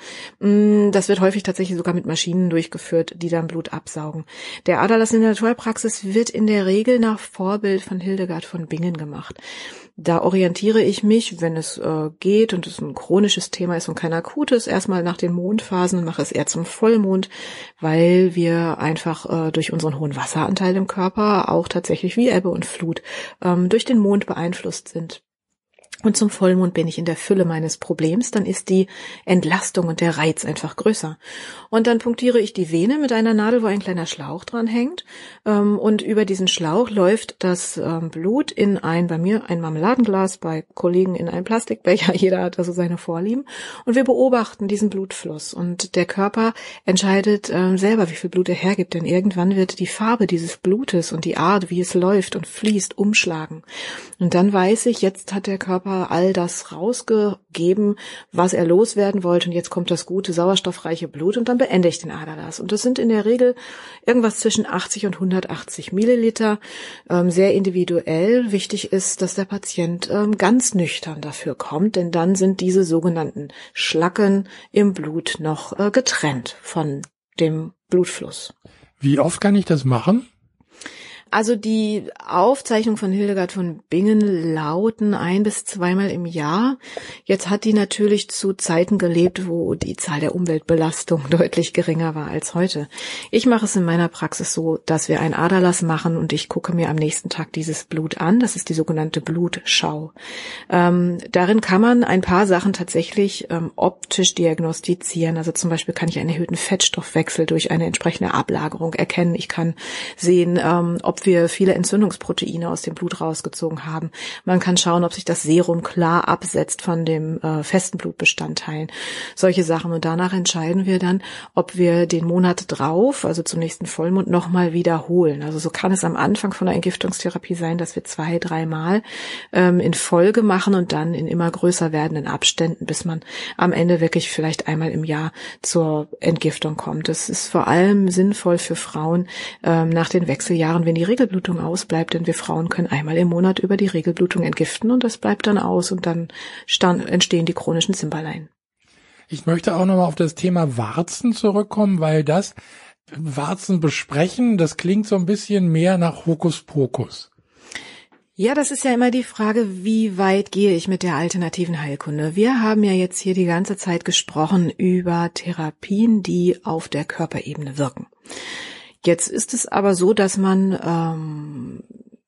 Das wird häufig tatsächlich sogar mit Maschinen durchgeführt, die dann Blut absaugen. Der Aderlass in der Naturheilpraxis wird in der Regel nach Vorbild von Hildegard von Bingen gemacht. Da orientiere ich mich, wenn es geht und es ein chronisches Thema ist und kein akutes, erstmal nach den Mondphasen und mache es eher zum Vollmond, weil wir einfach durch unseren hohen Wasseranteil im Körper auch tatsächlich wie Ebbe und Flut durch den Mond beeinflusst sind. Und zum Vollmond bin ich in der Fülle meines Problems, dann ist die Entlastung und der Reiz einfach größer. Und dann punktiere ich die Vene mit einer Nadel, wo ein kleiner Schlauch dran hängt. Und über diesen Schlauch läuft das Blut in bei mir ein Marmeladenglas, bei Kollegen in einen Plastikbecher. Jeder hat also seine Vorlieben. Und wir beobachten diesen Blutfluss. Und der Körper entscheidet selber, wie viel Blut er hergibt. Denn irgendwann wird die Farbe dieses Blutes und die Art, wie es läuft und fließt, umschlagen. Und dann weiß ich, jetzt hat der Körper all das rausgegeben, was er loswerden wollte und jetzt kommt das gute, sauerstoffreiche Blut und dann beende ich den Aderlass. Und das sind in der Regel irgendwas zwischen 80 und 180 Milliliter, sehr individuell. Wichtig ist, dass der Patient ganz nüchtern dafür kommt, denn dann sind diese sogenannten Schlacken im Blut noch getrennt von dem Blutfluss. Wie oft kann ich das machen? Also die Aufzeichnung von Hildegard von Bingen lauten 1 bis 2 Mal im Jahr. Jetzt hat die natürlich zu Zeiten gelebt, wo die Zahl der Umweltbelastung deutlich geringer war als heute. Ich mache es in meiner Praxis so, dass wir einen Aderlass machen und ich gucke mir am nächsten Tag dieses Blut an. Das ist die sogenannte Blutschau. Darin kann man ein paar Sachen tatsächlich optisch diagnostizieren. Also zum Beispiel kann ich einen erhöhten Fettstoffwechsel durch eine entsprechende Ablagerung erkennen. Ich kann sehen, ob wir viele Entzündungsproteine aus dem Blut rausgezogen haben. Man kann schauen, ob sich das Serum klar absetzt von dem festen Blutbestandteilen. Solche Sachen. Und danach entscheiden wir dann, ob wir den Monat drauf, also zum nächsten Vollmond, nochmal wiederholen. Also so kann es am Anfang von der Entgiftungstherapie sein, dass wir 2-3 Mal in Folge machen und dann in immer größer werdenden Abständen, bis man am Ende wirklich vielleicht einmal im Jahr zur Entgiftung kommt. Das ist vor allem sinnvoll für Frauen nach den Wechseljahren, wenn die Regelblutung ausbleibt, denn wir Frauen können einmal im Monat über die Regelblutung entgiften und das bleibt dann aus und dann entstehen die chronischen Zimperlein. Ich möchte auch nochmal auf das Thema Warzen zurückkommen, weil das Warzen besprechen, das klingt so ein bisschen mehr nach Hokuspokus. Ja, das ist ja immer die Frage, wie weit gehe ich mit der alternativen Heilkunde? Wir haben ja jetzt hier die ganze Zeit gesprochen über Therapien, die auf der Körperebene wirken. Jetzt ist es aber so, dass man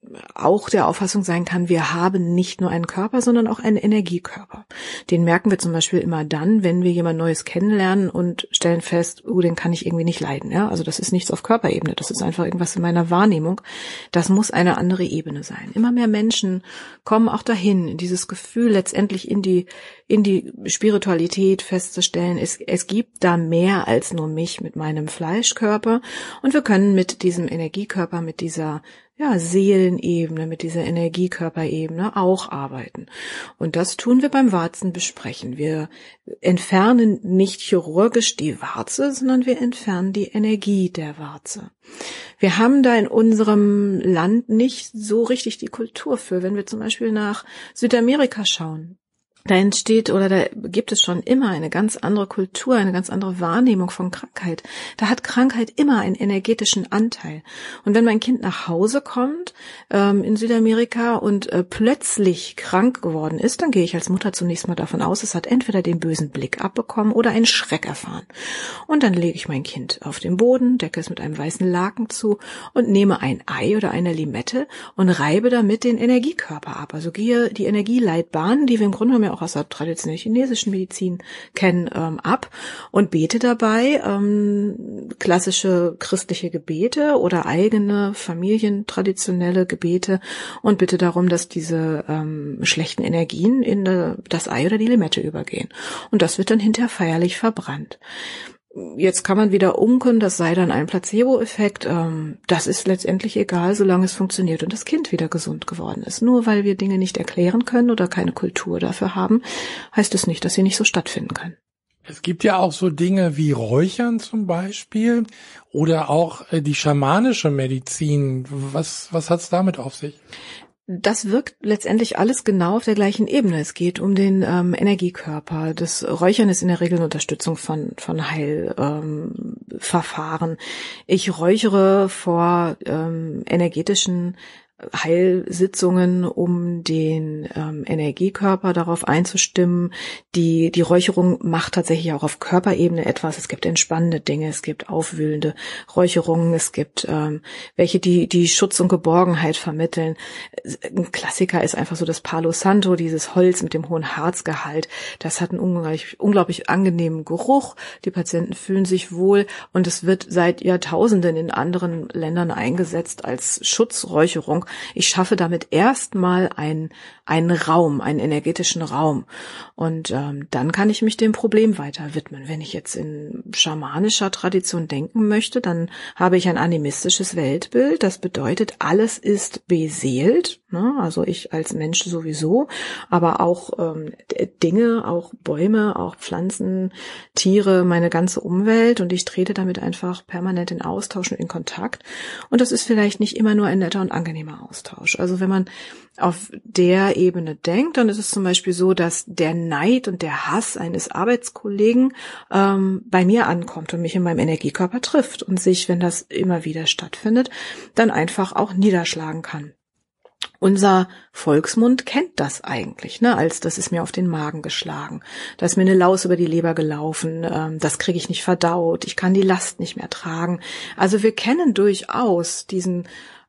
auch der Auffassung sein kann, wir haben nicht nur einen Körper, sondern auch einen Energiekörper. Den merken wir zum Beispiel immer dann, wenn wir jemand Neues kennenlernen und stellen fest, den kann ich irgendwie nicht leiden. Ja? Also das ist nichts auf Körperebene, das ist einfach irgendwas in meiner Wahrnehmung. Das muss eine andere Ebene sein. Immer mehr Menschen kommen auch dahin, in dieses Gefühl letztendlich in die Spiritualität festzustellen, es gibt da mehr als nur mich mit meinem Fleischkörper und wir können mit diesem Energiekörper, mit dieser Seelenebene, mit dieser Energiekörperebene auch arbeiten. Und das tun wir beim Warzenbesprechen. Wir entfernen nicht chirurgisch die Warze, sondern wir entfernen die Energie der Warze. Wir haben da in unserem Land nicht so richtig die Kultur für. Wenn wir zum Beispiel nach Südamerika schauen, da gibt es schon immer eine ganz andere Kultur, eine ganz andere Wahrnehmung von Krankheit. Da hat Krankheit immer einen energetischen Anteil. Und wenn mein Kind nach Hause kommt in Südamerika und plötzlich krank geworden ist, dann gehe ich als Mutter zunächst mal davon aus, es hat entweder den bösen Blick abbekommen oder einen Schreck erfahren. Und dann lege ich mein Kind auf den Boden, decke es mit einem weißen Laken zu und nehme ein Ei oder eine Limette und reibe damit den Energiekörper ab. Also gehe die Energieleitbahn, die wir im Grunde genommen auch aus der traditionellen chinesischen Medizin kennen, ab und bete dabei klassische christliche Gebete oder eigene familientraditionelle Gebete und bitte darum, dass diese schlechten Energien in das Ei oder die Limette übergehen. Und das wird dann hinterher feierlich verbrannt. Jetzt kann man wieder unken, das sei dann ein Placebo-Effekt. Das ist letztendlich egal, solange es funktioniert und das Kind wieder gesund geworden ist. Nur weil wir Dinge nicht erklären können oder keine Kultur dafür haben, heißt es nicht, dass sie nicht so stattfinden können. Es gibt ja auch so Dinge wie Räuchern zum Beispiel oder auch die schamanische Medizin. Was hat's damit auf sich? Das wirkt letztendlich alles genau auf der gleichen Ebene. Es geht um den Energiekörper. Das Räuchern ist in der Regel eine Unterstützung von Heilverfahren. Ich räuchere vor energetischen Heilsitzungen, um den Energiekörper darauf einzustimmen. Die Räucherung macht tatsächlich auch auf Körperebene etwas. Es gibt entspannende Dinge, es gibt aufwühlende Räucherungen, es gibt welche, die Schutz und Geborgenheit vermitteln. Ein Klassiker ist einfach so das Palo Santo, dieses Holz mit dem hohen Harzgehalt. Das hat einen unglaublich angenehmen Geruch. Die Patienten fühlen sich wohl und es wird seit Jahrtausenden in anderen Ländern eingesetzt als Schutzräucherung. Ich schaffe damit erstmal einen Raum, einen energetischen Raum. Und dann kann ich mich dem Problem weiter widmen. Wenn ich jetzt in schamanischer Tradition denken möchte, dann habe ich ein animistisches Weltbild. Das bedeutet, alles ist beseelt, ne? Also ich als Mensch sowieso, aber auch Dinge, auch Bäume, auch Pflanzen, Tiere, meine ganze Umwelt. Und ich trete damit einfach permanent in Austausch und in Kontakt. Und das ist vielleicht nicht immer nur ein netter und angenehmer Austausch. Also wenn man auf der Ebene denkt, dann ist es zum Beispiel so, dass der Neid und der Hass eines Arbeitskollegen bei mir ankommt und mich in meinem Energiekörper trifft und sich, wenn das immer wieder stattfindet, dann einfach auch niederschlagen kann. Unser Volksmund kennt das eigentlich, ne? Als das ist mir auf den Magen geschlagen, da ist mir eine Laus über die Leber gelaufen, das kriege ich nicht verdaut, ich kann die Last nicht mehr tragen. Also wir kennen durchaus diesen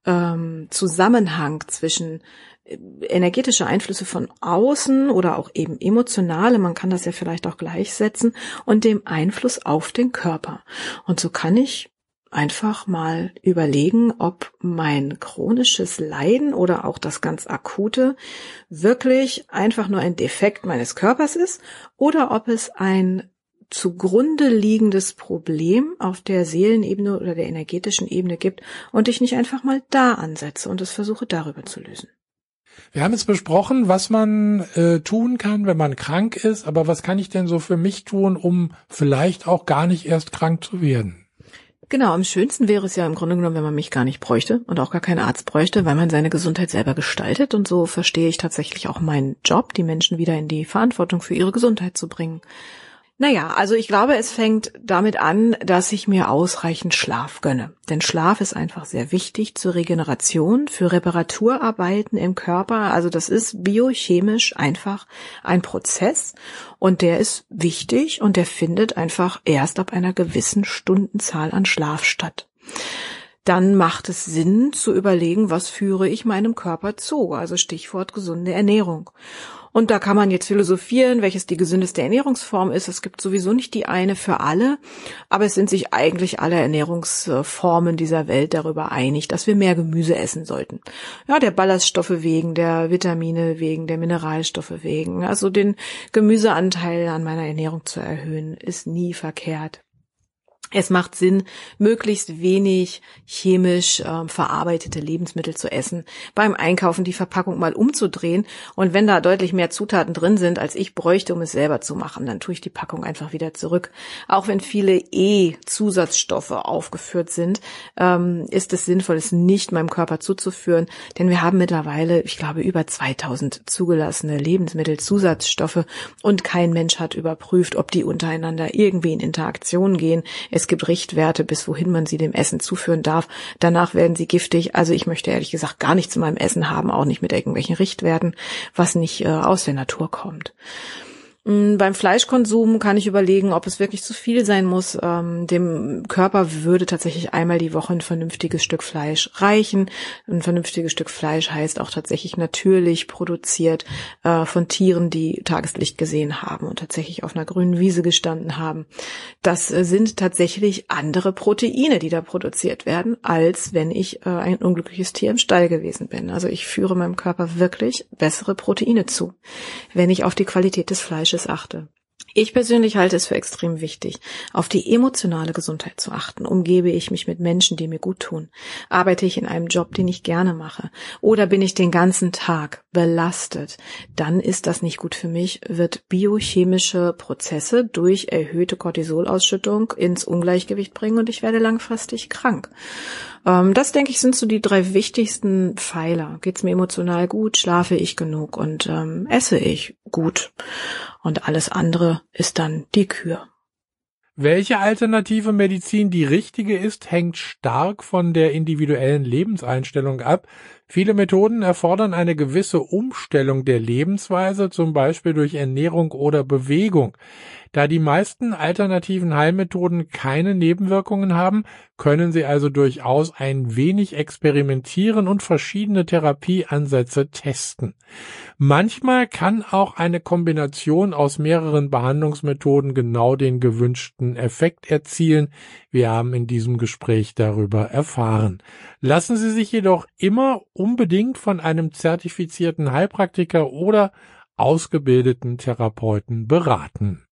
Zusammenhang zwischen energetische Einflüsse von außen oder auch eben emotionale, man kann das ja vielleicht auch gleichsetzen, und dem Einfluss auf den Körper. Und so kann ich einfach mal überlegen, ob mein chronisches Leiden oder auch das ganz akute wirklich einfach nur ein Defekt meines Körpers ist oder ob es ein zugrunde liegendes Problem auf der Seelenebene oder der energetischen Ebene gibt und ich nicht einfach mal da ansetze und es versuche darüber zu lösen. Wir haben jetzt besprochen, was man tun kann, wenn man krank ist, aber was kann ich denn so für mich tun, um vielleicht auch gar nicht erst krank zu werden? Genau, am schönsten wäre es ja im Grunde genommen, wenn man mich gar nicht bräuchte und auch gar keinen Arzt bräuchte, weil man seine Gesundheit selber gestaltet, und so verstehe ich tatsächlich auch meinen Job, die Menschen wieder in die Verantwortung für ihre Gesundheit zu bringen. Naja, also ich glaube, es fängt damit an, dass ich mir ausreichend Schlaf gönne. Denn Schlaf ist einfach sehr wichtig zur Regeneration, für Reparaturarbeiten im Körper. Also das ist biochemisch einfach ein Prozess und der ist wichtig und der findet einfach erst ab einer gewissen Stundenzahl an Schlaf statt. dann macht es Sinn zu überlegen, was führe ich meinem Körper zu? Also Stichwort gesunde Ernährung. Und da kann man jetzt philosophieren, welches die gesündeste Ernährungsform ist. Es gibt sowieso nicht die eine für alle, aber es sind sich eigentlich alle Ernährungsformen dieser Welt darüber einig, dass wir mehr Gemüse essen sollten. Ja, der Ballaststoffe wegen, der Vitamine wegen, der Mineralstoffe wegen. Also den Gemüseanteil an meiner Ernährung zu erhöhen, ist nie verkehrt. Es macht Sinn, möglichst wenig chemisch verarbeitete Lebensmittel zu essen. Beim Einkaufen die Verpackung mal umzudrehen und wenn da deutlich mehr Zutaten drin sind, als ich bräuchte, um es selber zu machen, dann tue ich die Packung einfach wieder zurück. Auch wenn viele Zusatzstoffe aufgeführt sind, ist es sinnvoll, es nicht meinem Körper zuzuführen, denn wir haben mittlerweile, ich glaube, über 2000 zugelassene Lebensmittelzusatzstoffe und kein Mensch hat überprüft, ob die untereinander irgendwie in Interaktion gehen. Es gibt Richtwerte, bis wohin man sie dem Essen zuführen darf. Danach werden sie giftig. Also ich möchte ehrlich gesagt gar nichts in meinem Essen haben, auch nicht mit irgendwelchen Richtwerten, was nicht aus der Natur kommt. Beim Fleischkonsum kann ich überlegen, ob es wirklich zu viel sein muss. Dem Körper würde tatsächlich einmal die Woche ein vernünftiges Stück Fleisch reichen. Ein vernünftiges Stück Fleisch heißt auch tatsächlich natürlich produziert von Tieren, die Tageslicht gesehen haben und tatsächlich auf einer grünen Wiese gestanden haben. Das sind tatsächlich andere Proteine, die da produziert werden, als wenn ich ein unglückliches Tier im Stall gewesen bin. Also ich führe meinem Körper wirklich bessere Proteine zu, wenn ich auf die Qualität des Fleisches achte. Ich persönlich halte es für extrem wichtig, auf die emotionale Gesundheit zu achten. Umgebe ich mich mit Menschen, die mir gut tun? Arbeite ich in einem Job, den ich gerne mache? Oder bin ich den ganzen Tag belastet? Dann ist das nicht gut für mich, wird biochemische Prozesse durch erhöhte Cortisolausschüttung ins Ungleichgewicht bringen und ich werde langfristig krank. Das, denke ich, sind so die 3 wichtigsten Pfeiler. Geht's mir emotional gut? Schlafe ich genug? Und esse ich gut? Und alles andere ist dann die Kür. Welche alternative Medizin die richtige ist, hängt stark von der individuellen Lebenseinstellung ab. Viele Methoden erfordern eine gewisse Umstellung der Lebensweise, zum Beispiel durch Ernährung oder Bewegung. Da die meisten alternativen Heilmethoden keine Nebenwirkungen haben, können sie also durchaus ein wenig experimentieren und verschiedene Therapieansätze testen. Manchmal kann auch eine Kombination aus mehreren Behandlungsmethoden genau den gewünschten Effekt erzielen. Wir haben in diesem Gespräch darüber erfahren. Lassen Sie sich jedoch immer unbedingt von einem zertifizierten Heilpraktiker oder ausgebildeten Therapeuten beraten.